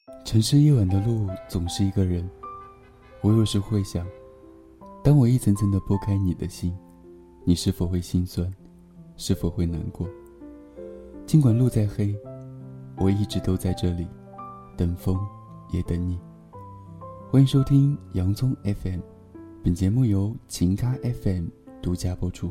城市夜晚的路总是一个人，我有时会想，当我一层层地剥开你的心，你是否会心酸，是否会难过？尽管路再黑，我一直都在这里，等风也等你。欢迎收听洋葱 FM， 本节目由情咖 FM 独家播出。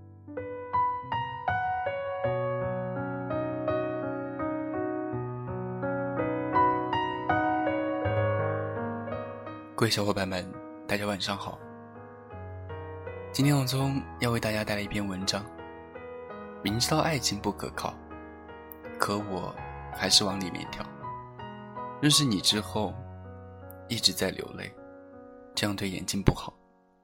各位小伙伴们，大家晚上好。今天洋葱要为大家带来一篇文章，明知道爱情不可靠，可我还是往里面跳。认识你之后一直在流泪，这样对眼睛不好。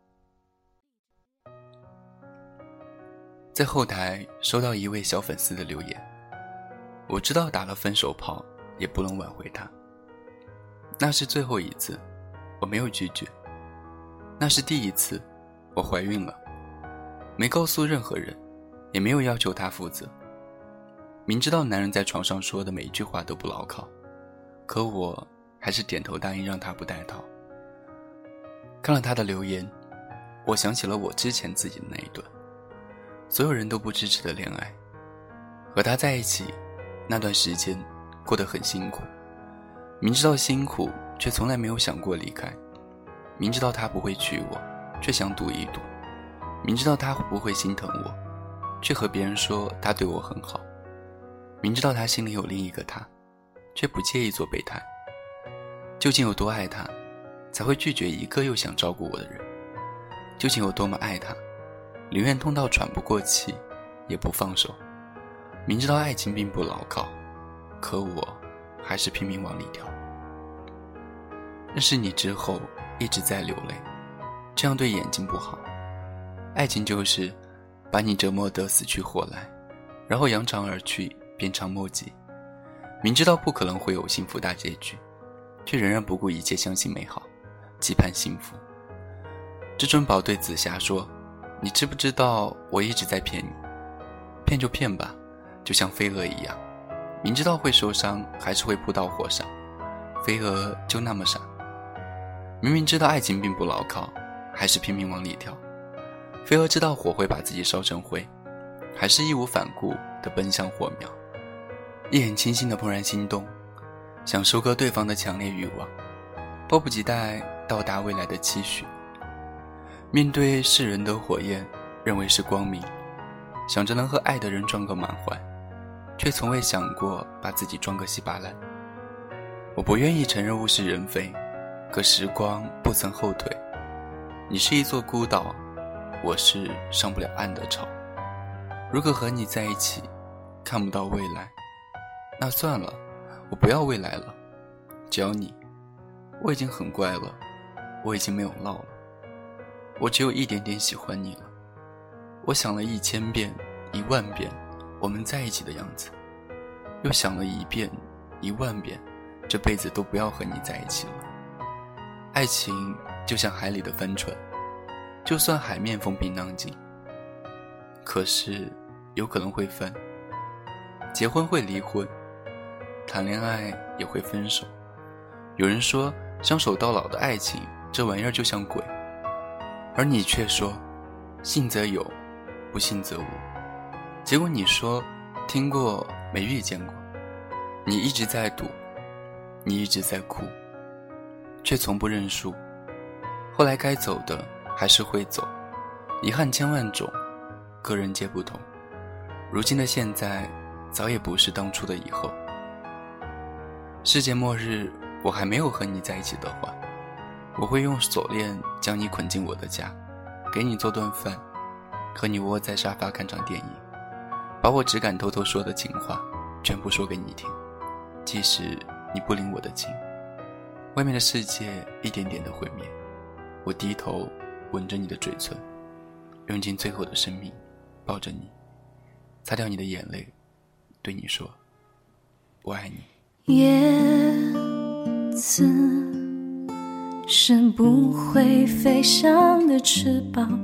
在后台收到一位小粉丝的留言，我知道打了分手炮也不能挽回他，那是最后一次，我没有拒绝。那是第一次，我怀孕了，没告诉任何人，也没有要求他负责。明知道男人在床上说的每一句话都不牢靠，可我还是点头答应让他不带套。看了他的留言，我想起了我之前自己的那一段，所有人都不支持的恋爱。和他在一起那段时间过得很辛苦，明知道辛苦却从来没有想过离开，明知道他不会娶我，却想赌一赌，明知道他不会心疼我，却和别人说他对我很好，明知道他心里有另一个他，却不介意做备胎。究竟有多爱他，才会拒绝一个又想照顾我的人？究竟有多么爱他，宁愿痛到喘不过气也不放手？明知道爱情并不牢靠，可我还是拼命往里跳。认识你之后一直在流泪，这样对眼睛不好。爱情就是把你折磨得死去活来，然后扬长而去，鞭长莫及。明知道不可能会有幸福大结局，却仍然不顾一切相信美好，期盼幸福。至尊宝对紫霞说，你知不知道我一直在骗你？骗就骗吧，就像飞蛾一样，明知道会受伤，还是会扑到火上。飞蛾就那么傻，明明知道爱情并不牢靠，还是拼命往里跳。飞蛾知道火会把自己烧成灰，还是义无反顾地奔向火苗。一眼清新的怦然心动，想收割对方的强烈欲望，迫不及待到达未来的期许。面对世人的火焰，认为是光明，想着能和爱的人撞个满怀，却从未想过把自己撞个稀巴烂。我不愿意承认物是人非，可时光不曾后退。你是一座孤岛，我是上不了岸的潮。如果和你在一起看不到未来，那算了，我不要未来了，只要你。我已经很乖了，我已经没有闹了，我只有一点点喜欢你了。我想了1000遍10000遍我们在一起的样子，又想了1遍10000遍这辈子都不要和你在一起了。爱情就像海里的帆船，就算海面风平浪静，可是有可能会翻。结婚会离婚，谈恋爱也会分手。有人说相守到老的爱情，这玩意儿就像鬼，而你却说信则有，不信则无。结果你说听过没遇见过，你一直在赌，你一直在哭，却从不认输。后来该走的还是会走，遗憾千万种，个人皆不同。如今的现在早也不是当初的以后。世界末日我还没有和你在一起的话，我会用锁链将你捆进我的家，给你做顿饭，和你窝在沙发看场电影，把我只敢偷偷说的情话全部说给你听，即使你不领我的情。外面的世界一点点的毁灭，我低头吻着你的嘴唇，用尽最后的生命抱着你，擦掉你的眼泪，对你说我爱你。 叶子是不会飞翔的翅膀，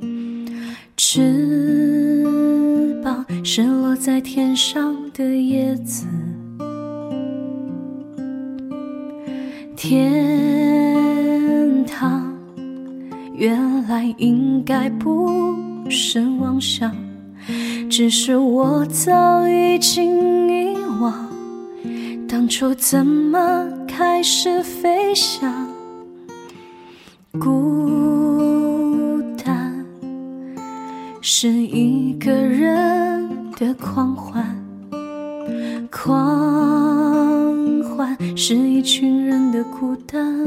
翅膀是落在天上的叶子。 天堂原来应该不是妄想，只是我早已经遗忘当初怎么开始飞翔。孤单是一个人的狂欢，狂欢是一群人的孤单。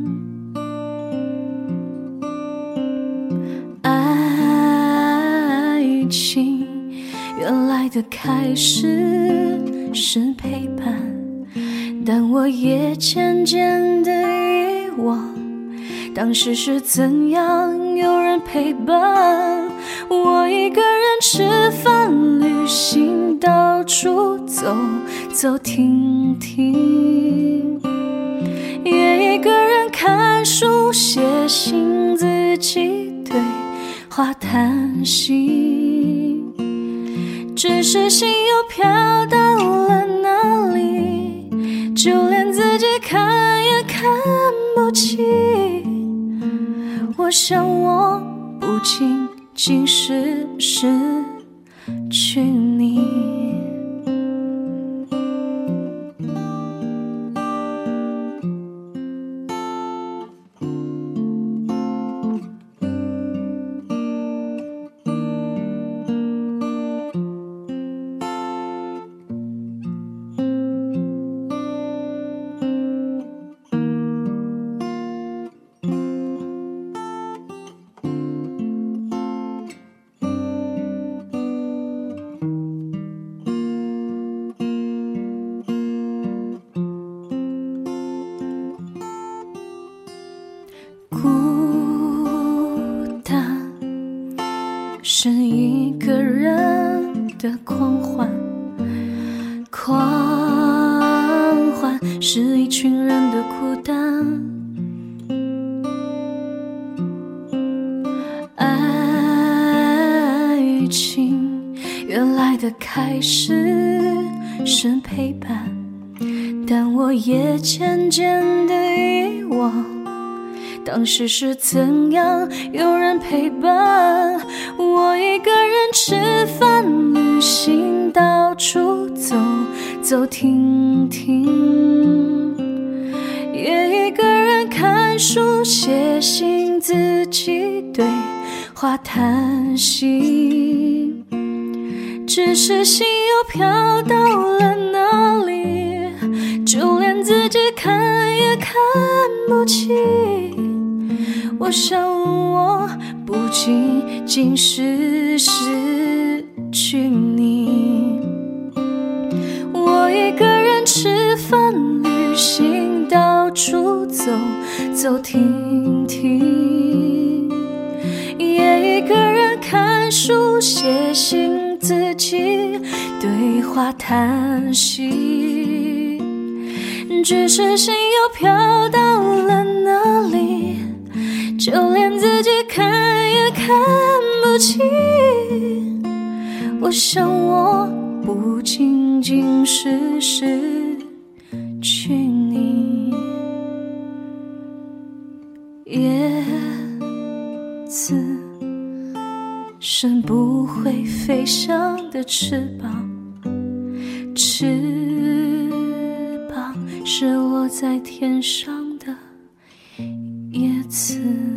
爱情原来的开始是陪伴，但我也渐渐地遗忘当时是怎样有人陪伴。我一个人吃饭旅行，到处走走停停，也一个人看书写信，自己对话叹息，只是心又飘到了哪里，就连自己看也看不清。我想我不仅仅是失去你。孤单是一个人的狂欢，狂欢是一群人的孤单。爱情原来的开始是陪伴，但我也渐渐地遗忘当时是怎样有人陪伴。我一个人吃饭旅行，到处走走停停，也一个人看书写信，自己对话叹息，只是心又飘到了哪里，就连自己看也看不清。我想我不仅仅是失去你，我一个人吃饭旅行，到处走走停停，也一个人看书写信，自己对话叹息，只是心又飘到了哪里，就连自己看也看不清。我想我不仅仅是失去你。叶子是不会飞翔的翅膀，翅膀是落在天上的叶子。